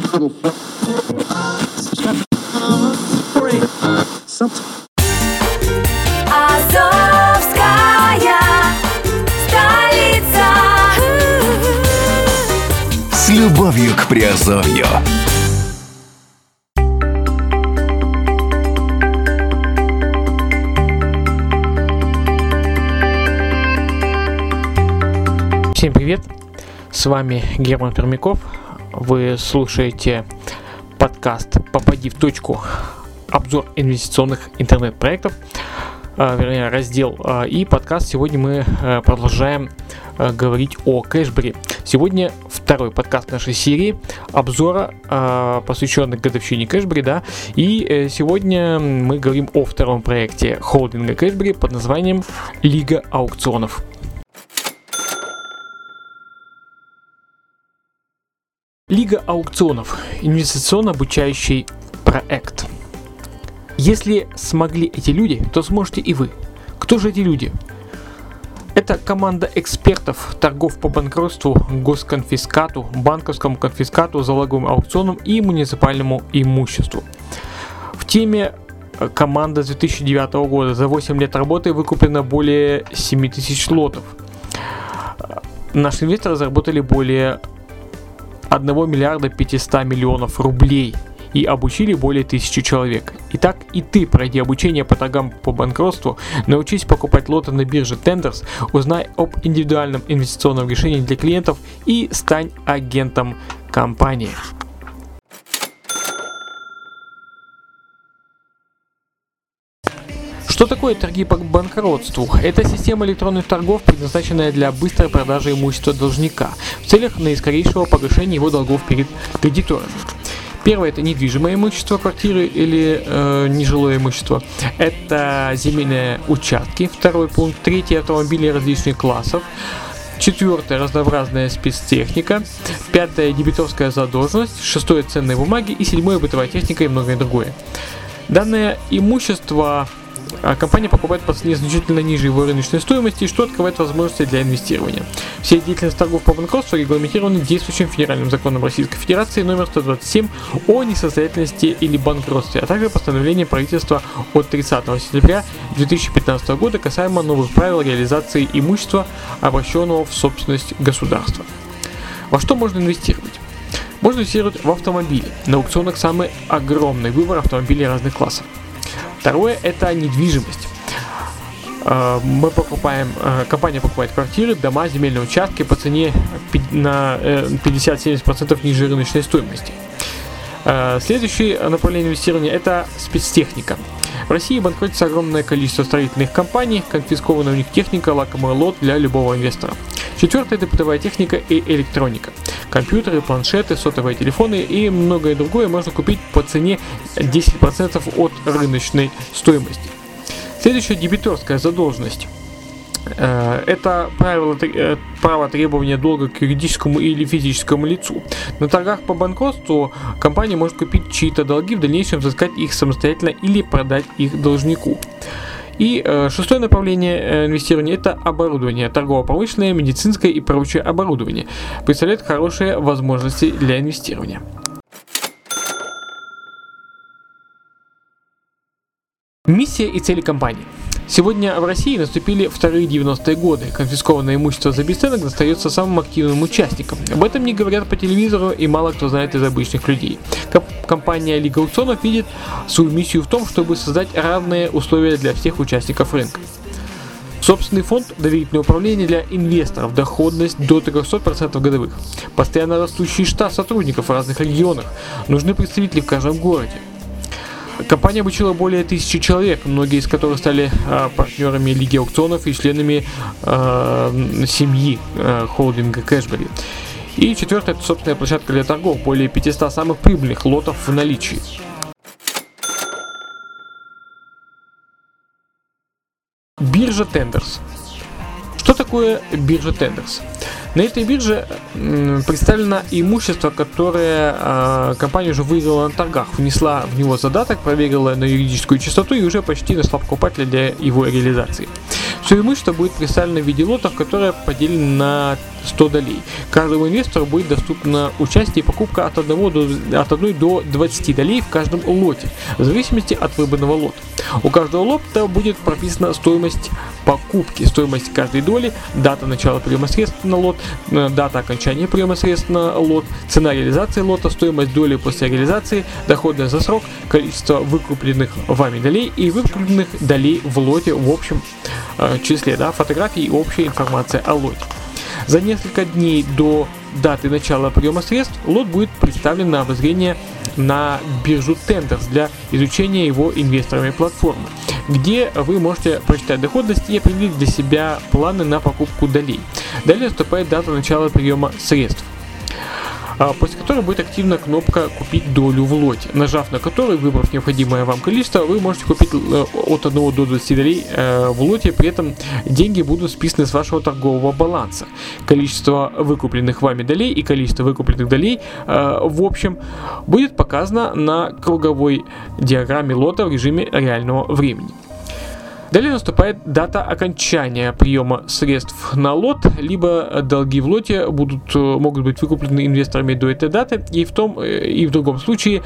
Столица. С любовью к Приазовью. Всем привет, с вами Герман Пермяков, вы слушаете подкаст «Попади в точку», обзор инвестиционных интернет-проектов, вернее раздел, и подкаст сегодня мы продолжаем говорить о Кэшбери. Сегодня второй подкаст нашей серии обзора, посвященный годовщине Кэшбери, да, и сегодня мы говорим о втором проекте холдинга Кэшбери под названием «Лига аукционов». Лига аукционов – инвестиционно-обучающий проект. Если смогли эти люди, то сможете и вы. Кто же эти люди? Это команда экспертов, торгов по банкротству, госконфискату, банковскому конфискату, залоговым аукционам и муниципальному имуществу. В теме команда с 2009 года. За 8 лет работы выкуплено более 7000 лотов. Наши инвесторы заработали более 1 миллиарда 500 миллионов рублей и обучили более 1000 человек. Итак, и ты пройди обучение по торгам по банкротству, научись покупать лоты на бирже Tenders, узнай об индивидуальном инвестиционном решении для клиентов и стань агентом компании. Что такое торги по банкротству? Это система электронных торгов, предназначенная для быстрой продажи имущества должника в целях наискорейшего погашения его долгов перед кредиторами. Первое – это недвижимое имущество, квартиры или нежилое имущество. Это земельные участки. Второй пункт. Третий – автомобили различных классов. Четвертое – разнообразная спецтехника. Пятое – дебиторская задолженность. Шестое – ценные бумаги. И седьмое – бытовая техника и многое другое. Данное имущество компания покупает по цене значительно ниже его рыночной стоимости, что открывает возможности для инвестирования. Все деятельность торгов по банкротству регламентированы действующим федеральным законом Российской Федерации номер 127 о несостоятельности или банкротстве, а также постановление правительства от 30 сентября 2015 года касаемо новых правил реализации имущества, обращенного в собственность государства. Во что можно инвестировать? Можно инвестировать в автомобили. На аукционах самый огромный выбор автомобилей разных классов. Второе – это недвижимость. Компания покупает квартиры, дома, земельные участки по цене на 50-70% ниже рыночной стоимости. Следующее направление инвестирования – это спецтехника. В России банкротится огромное количество строительных компаний, конфискованная у них техника – лакомый лот для любого инвестора. Четвертое – это бытовая техника и электроника. Компьютеры, планшеты, сотовые телефоны и многое другое можно купить по цене 10% от рыночной стоимости. Следующая – дебиторская задолженность. Это право требования долга к юридическому или физическому лицу. На торгах по банкротству компания может купить чьи-то долги, в дальнейшем взыскать их самостоятельно или продать их должнику. И шестое направление инвестирования – это оборудование. Торгово-промышленное, медицинское и прочее оборудование представляет хорошие возможности для инвестирования. Миссия и цели компании. Сегодня в России наступили вторые 90-е годы. Конфискованное имущество за бесценок достается самым активным участникам. Об этом не говорят по телевизору и мало кто знает из обычных людей. Компания Лига аукционов видит свою миссию в том, чтобы создать равные условия для всех участников рынка. Собственный фонд, доверительное управление для инвесторов, доходность до 300% годовых. Постоянно растущий штат сотрудников в разных регионах. Нужны представители в каждом городе. Компания обучила более 1000 человек, многие из которых стали партнерами Лиги аукционов и членами семьи холдинга Кэшбери. И четвертое – это собственная площадка для торгов, более 500 самых прибыльных лотов в наличии. Биржа Tenders. Что такое биржа Tenders? На этой бирже представлено имущество, которое компания уже выиграла на торгах, внесла в него задаток, проверила на юридическую чистоту и уже почти нашла покупателя для его реализации. Все имущество будет представлено в виде лотов, которые поделены на 100 долей. Каждому инвестору будет доступно участие и покупка от 1 до 20 долей в каждом лоте, в зависимости от выбранного лота. У каждого лота будет прописана стоимость покупки, стоимость каждой доли, дата начала приема средств на лот, дата окончания приема средств на лот, цена реализации лота, стоимость доли после реализации, доходность за срок, количество выкупленных вами долей и выкупленных долей в лоте в общем числе, фотографии и общая информация о лоте. За несколько дней до даты начала приема средств лот будет представлен на обозрение на биржу Tenders для изучения его инвесторами платформы, где вы можете прочитать доходность и определить для себя планы на покупку долей. Далее наступает дата начала приема средств, после которой будет активна кнопка «Купить долю в лоте», нажав на которую, выбрав необходимое вам количество, вы можете купить от 1 до 20 долей в лоте, при этом деньги будут списаны с вашего торгового баланса. Количество выкупленных вами долей и количество выкупленных долей в общем будет показано на круговой диаграмме лота в режиме реального времени. Далее наступает дата окончания приема средств на лот, либо долги в лоте могут быть выкуплены инвесторами до этой даты, и в том и в другом случае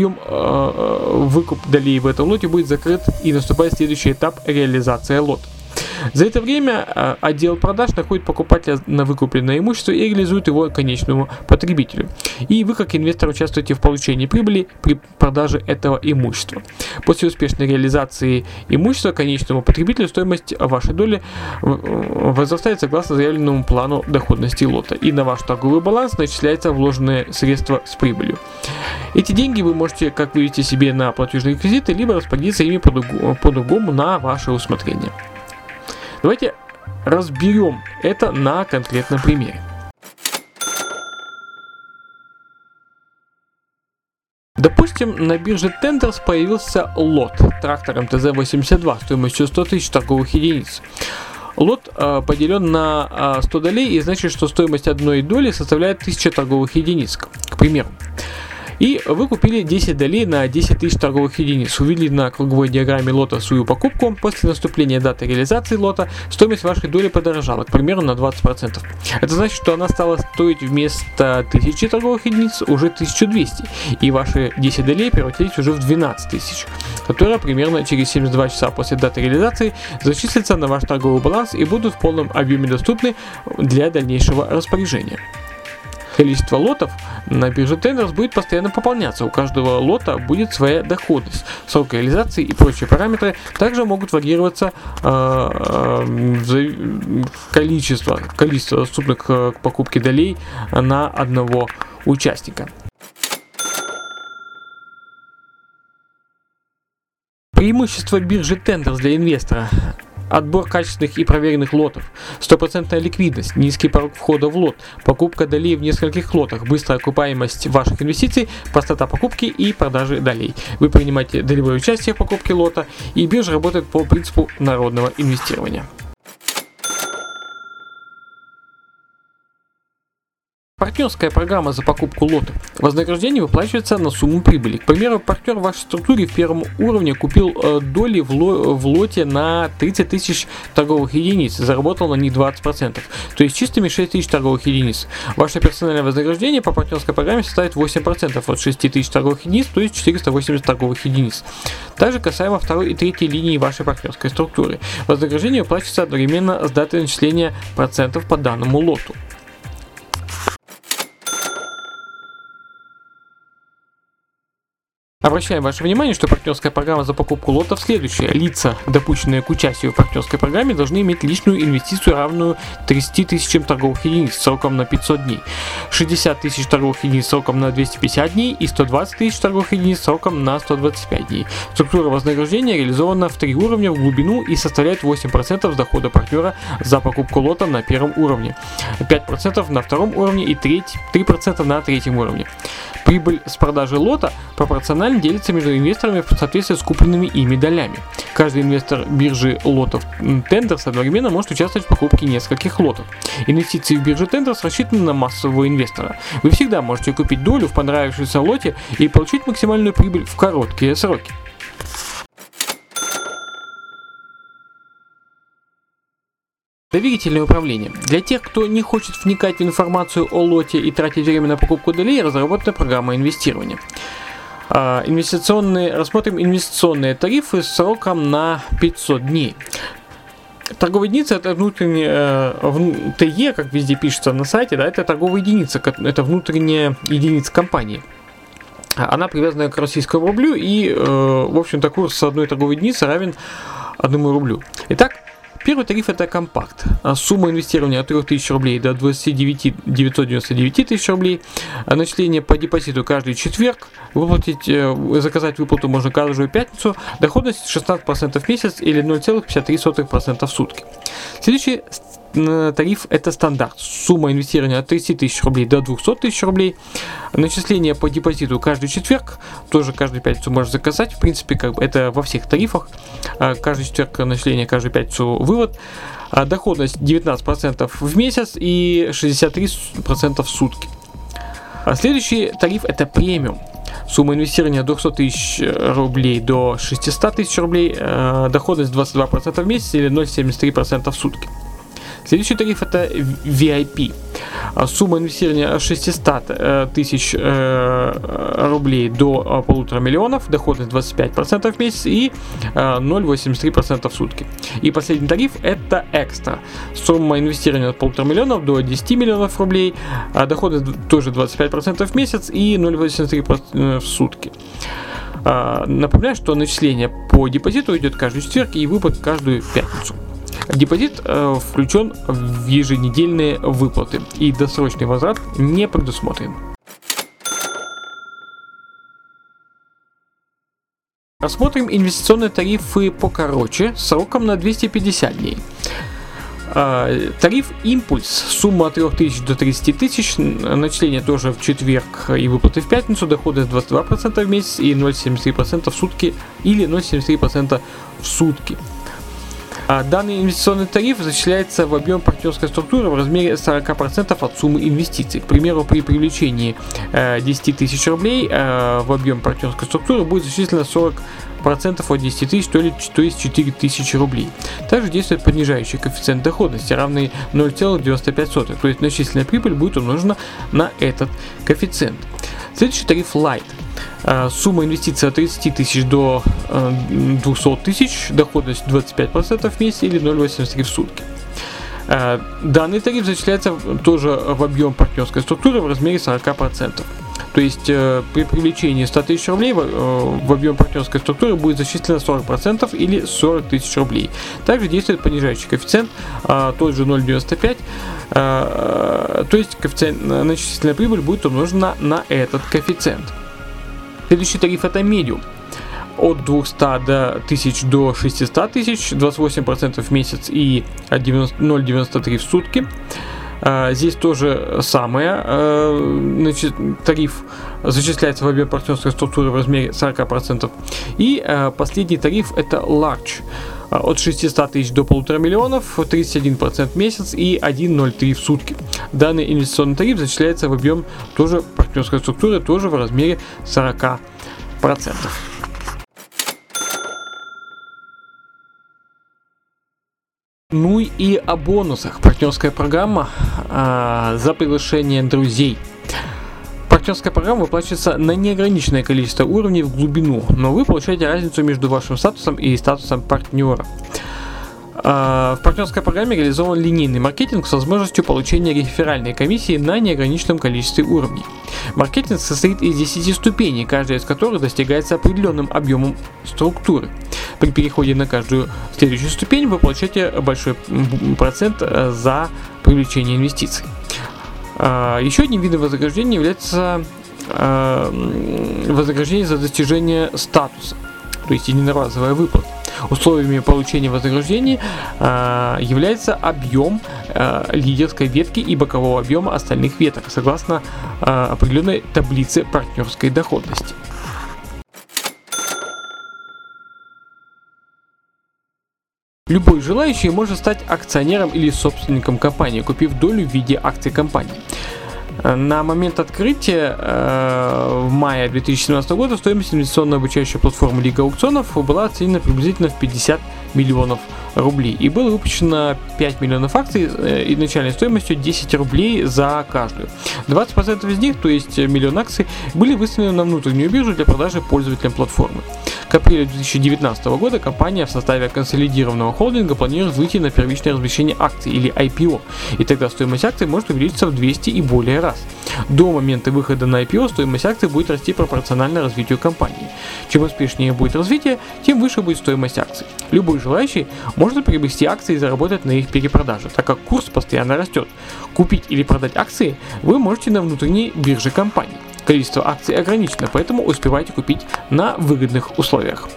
выкуп долей в этом лоте будет закрыт, и наступает следующий этап — реализация лота. За это время отдел продаж находит покупателя на выкупленное имущество и реализует его конечному потребителю. И вы, как инвестор, участвуете в получении прибыли при продаже этого имущества. После успешной реализации имущества конечному потребителю стоимость вашей доли возрастает согласно заявленному плану доходности лота, и на ваш торговый баланс начисляются вложенные средства с прибылью. Эти деньги вы можете как вывести себе на платежные реквизиты, либо распорядиться ими по-другому на ваше усмотрение. Давайте разберем это на конкретном примере. Допустим, на бирже Tenders появился лот трактор МТЗ-82 стоимостью 100 тысяч торговых единиц. Лот поделен на 100 долей, и значит, что стоимость одной доли составляет 1000 торговых единиц, к примеру. И вы купили 10 долей на 10 тысяч торговых единиц. Увидели на круговой диаграмме лота свою покупку. После наступления даты реализации лота стоимость вашей доли подорожала, к примеру, на 20%. Это значит, что она стала стоить вместо 1000 торговых единиц уже 1200. И ваши 10 долей превратились уже в 12 тысяч, которая примерно через 72 часа после даты реализации зачислится на ваш торговый баланс и будут в полном объеме доступны для дальнейшего распоряжения. Количество лотов на бирже Tenders будет постоянно пополняться. У каждого лота будет своя доходность. Срок реализации и прочие параметры также могут варьироваться количество доступных к покупке долей на одного участника. Преимущество биржи Tenders для инвестора: отбор качественных и проверенных лотов, стопроцентная ликвидность, низкий порог входа в лот, покупка долей в нескольких лотах, быстрая окупаемость ваших инвестиций, простота покупки и продажи долей. Вы принимаете долевое участие в покупке лота, и биржа работает по принципу народного инвестирования. Партнерская программа за покупку лота. Вознаграждение выплачивается на сумму прибыли. К примеру, партнер в вашей структуре в первом уровне купил доли в лоте на 30 тысяч торговых единиц и заработал на них 20%, то есть чистыми 6 тысяч торговых единиц. Ваше персональное вознаграждение по партнерской программе составит 8% от 6 тысяч торговых единиц, то есть 480 торговых единиц. Также касаемо второй и третьей линии вашей партнерской структуры. Вознаграждение выплачивается одновременно с датой начисления процентов по данному лоту. Обращаем ваше внимание, что партнерская программа за покупку лотов следующая. Лица, допущенные к участию в партнерской программе, должны иметь личную инвестицию, равную 30 тысячам торговых единиц сроком на 500 дней, 60 тысяч торговых единиц сроком на 250 дней и 120 тысяч торговых единиц сроком на 125 дней. Структура вознаграждения реализована в 3 уровня в глубину и составляет 8% с дохода партнера за покупку лота на первом уровне, 5% на втором уровне и 3% на третьем уровне. Прибыль с продажи лота пропорционально делится между инвесторами в соответствии с купленными ими долями. Каждый инвестор биржи лотов Tenders одновременно может участвовать в покупке нескольких лотов. Инвестиции в бирже Tenders рассчитаны на массового инвестора. Вы всегда можете купить долю в понравившемся лоте и получить максимальную прибыль в короткие сроки. Доверительное управление. Для тех, кто не хочет вникать в информацию о лоте и тратить время на покупку долей, разработана программа инвестирования. Рассмотрим инвестиционные тарифы с сроком на 500 дней. Торговая единица — это внутренняя ТЕ, как везде пишется на сайте, да, это торговая единица, это внутренняя единица компании. Она привязана к российскому рублю, и, в общем-то, курс одной торговой единицы равен 1 рублю. Итак, первый тариф — это компакт. Сумма инвестирования от 3000 рублей до 29 999 тысяч рублей. Начисление по депозиту каждый четверг. Заказать выплату можно каждую пятницу. Доходность 16% в месяц или 0,53% в сутки. Следующий тариф — это стандарт. Сумма инвестирования от 30 тысяч рублей до 200 тысяч рублей. Начисление по депозиту каждый четверг. Тоже каждую пятницу можно заказать. В принципе, это во всех тарифах. Каждый четверг начисление, каждую пятницу вывод. Доходность 19% в месяц и 63% в сутки. Следующий тариф — это премиум. Сумма инвестирования от 200 тысяч рублей до 600 тысяч рублей. Доходность 22% в месяц или 0,73% в сутки. Следующий тариф — это VIP. Сумма инвестирования от 600 тысяч рублей до 1,5 миллиона, доходность 25% в месяц и 0,83% в сутки. И последний тариф — это экстра. Сумма инвестирования от 1,5 миллиона до 10 миллионов рублей, доходность тоже 25% в месяц и 0,83% в сутки. Напоминаю, что начисление по депозиту идет каждый четверг и выплат каждую пятницу. Депозит включен в еженедельные выплаты, и досрочный возврат не предусмотрен. Рассмотрим инвестиционные тарифы покороче, сроком на 250 дней. Тариф «Импульс», сумма от 3000 до 30 тысяч, начисление тоже в четверг и выплаты в пятницу, доходность 22% в месяц и 0,73% в сутки или 0,73% в сутки. Данный инвестиционный тариф зачисляется в объем партнерской структуры в размере 40% от суммы инвестиций. К примеру, при привлечении 10 тысяч рублей в объем партнерской структуры будет зачислено 40% от 10 тысяч, то есть 4 тысячи рублей. Также действует понижающий коэффициент доходности, равный 0,95, то есть начисленная прибыль будет умножена на этот коэффициент. Следующий тариф Light. Сумма инвестиций от 30 тысяч до 200 тысяч, доходность 25% в месяц или 0,83 в сутки. Данный тариф зачисляется тоже в объем партнерской структуры в размере 40%. То есть при привлечении 100 тысяч рублей в объем партнерской структуры будет зачислено 40% или 40 тысяч рублей. Также действует понижающий коэффициент, тот же 0,95, то есть коэффициент, начисленная прибыль будет умножена на этот коэффициент. Следующий тариф — это медиум. От 200 тысяч до 600 тысяч, 28% в месяц и 0,93 в сутки. Здесь тоже самое. Тариф зачисляется в объем партнерской структуры в размере 40%. И последний тариф — это Large. От 600 тысяч до 1,5 миллионов, 31% в месяц и 1,03 в сутки. Данный инвестиционный тариф зачисляется в объем тоже партнерской структуры, тоже в размере 40%. Ну и о бонусах. Партнерская программа за приглашение друзей. Партнерская программа выплачивается на неограниченное количество уровней в глубину, но вы получаете разницу между вашим статусом и статусом партнера. В партнерской программе реализован линейный маркетинг с возможностью получения реферальной комиссии на неограниченном количестве уровней. Маркетинг состоит из 10 ступеней, каждая из которых достигается определенным объемом структуры. При переходе на каждую следующую ступень вы получаете большой процент за привлечение инвестиций. Еще одним видом вознаграждения является вознаграждение за достижение статуса, то есть единоразовая выплата. Условиями получения вознаграждения является объем лидерской ветки и бокового объема остальных веток, согласно определенной таблице партнерской доходности. Любой желающий может стать акционером или собственником компании, купив долю в виде акций компании. На момент открытия в мае 2017 года стоимость инвестиционной обучающей платформы Лига Аукционов была оценена приблизительно в 50 миллионов рублей. И было выпущено 5 миллионов акций и начальной стоимостью 10 рублей за каждую. 20% из них, то есть миллион акций, были выставлены на внутреннюю биржу для продажи пользователям платформы. К апрелю 2019 года компания в составе консолидированного холдинга планирует выйти на первичное размещение акций или IPO, и тогда стоимость акций может увеличиться в 200 и более раз. До момента выхода на IPO стоимость акций будет расти пропорционально развитию компании. Чем успешнее будет развитие, тем выше будет стоимость акций. Любой желающий может приобрести акции и заработать на их перепродаже, так как курс постоянно растет. Купить или продать акции вы можете на внутренней бирже компании. Количество акций ограничено, поэтому успевайте купить на выгодных условиях.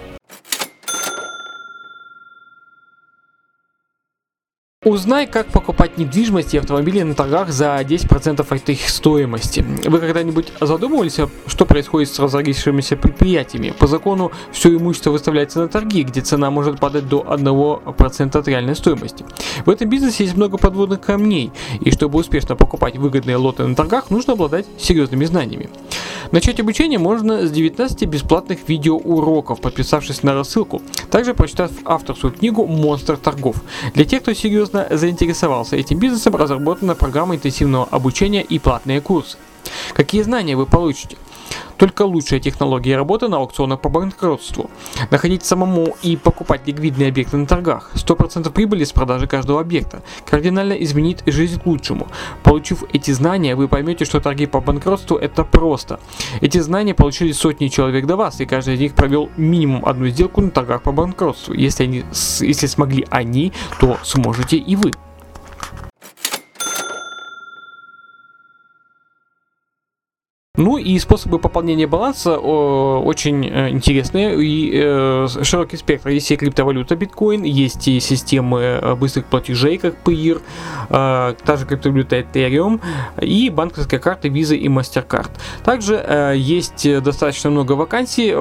Узнай, как покупать недвижимость и автомобили на торгах за 10% от их стоимости. Вы когда-нибудь задумывались, что происходит с разорившимися предприятиями? По закону все имущество выставляется на торги, где цена может падать до 1% от реальной стоимости. В этом бизнесе есть много подводных камней, и чтобы успешно покупать выгодные лоты на торгах, нужно обладать серьезными знаниями. Начать обучение можно с 19 бесплатных видеоуроков, подписавшись на рассылку, также прочитав авторскую книгу «Монстр торгов». Для тех, кто серьезно заинтересовался этим бизнесом, разработана программа интенсивного обучения и платные курсы. Какие знания вы получите? Только лучшая технология работы на аукционах по банкротству. Находить самому и покупать ликвидные объекты на торгах. 100% прибыли с продажи каждого объекта. Кардинально изменит жизнь к лучшему. Получив эти знания, вы поймете, что торги по банкротству это просто. Эти знания получили сотни человек до вас, и каждый из них провел минимум одну сделку на торгах по банкротству. Если смогли они, то сможете и вы. Ну и способы пополнения баланса очень интересные и широкий спектр. Есть и криптовалюта биткоин, есть и системы быстрых платежей, как Payeer, та же криптовалюта Ethereum и банковские карты Visa и MasterCard. Также есть достаточно много вакансий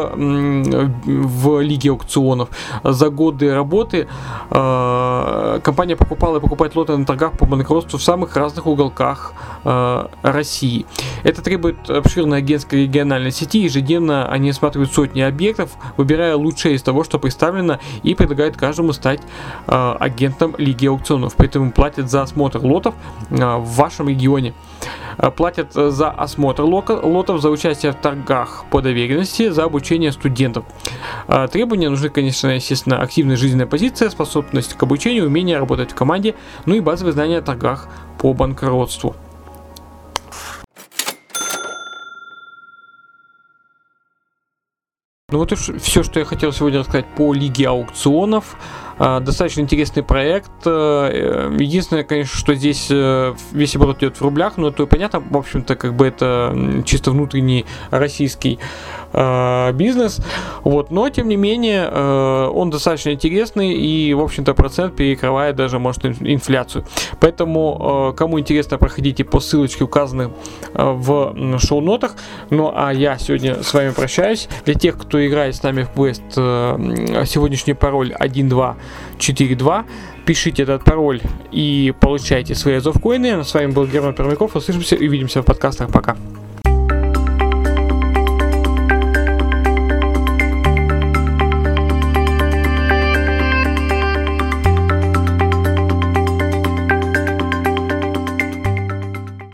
в Лиге аукционов. За годы работы компания покупала и покупает лоты на торгах по банкротству в самых разных уголках России. Это требует обширной агентской региональной сети. Ежедневно они осматривают сотни объектов, выбирая лучшее из того, что представлено, и предлагают каждому стать агентом Лиги аукционов. Поэтому платят за осмотр лотов в вашем регионе. Платят за осмотр лотов, за участие в торгах по доверенности, за обучение студентов. Требования нужны, конечно, естественно, активная жизненная позиция, способность к обучению, умение работать в команде, ну и базовые знания о торгах по банкротству. Ну вот и все, что я хотел сегодня рассказать по Лиге аукционов. Достаточно интересный проект. Единственное, конечно, что здесь весь оборот идет в рублях, но это понятно, в общем-то, как бы это чисто внутренний российский бизнес. Вот. Но, тем не менее, он достаточно интересный и, в общем-то, процент перекрывает даже, может, инфляцию. Поэтому, кому интересно, проходите по ссылочке, указанной в шоу-нотах. Ну, а я сегодня с вами прощаюсь. Для тех, кто играет с нами в квест, сегодняшний пароль 1242. Пишите этот пароль и получайте свои азовкоины. С вами был Герман Пермяков. Услышимся и увидимся в подкастах. Пока.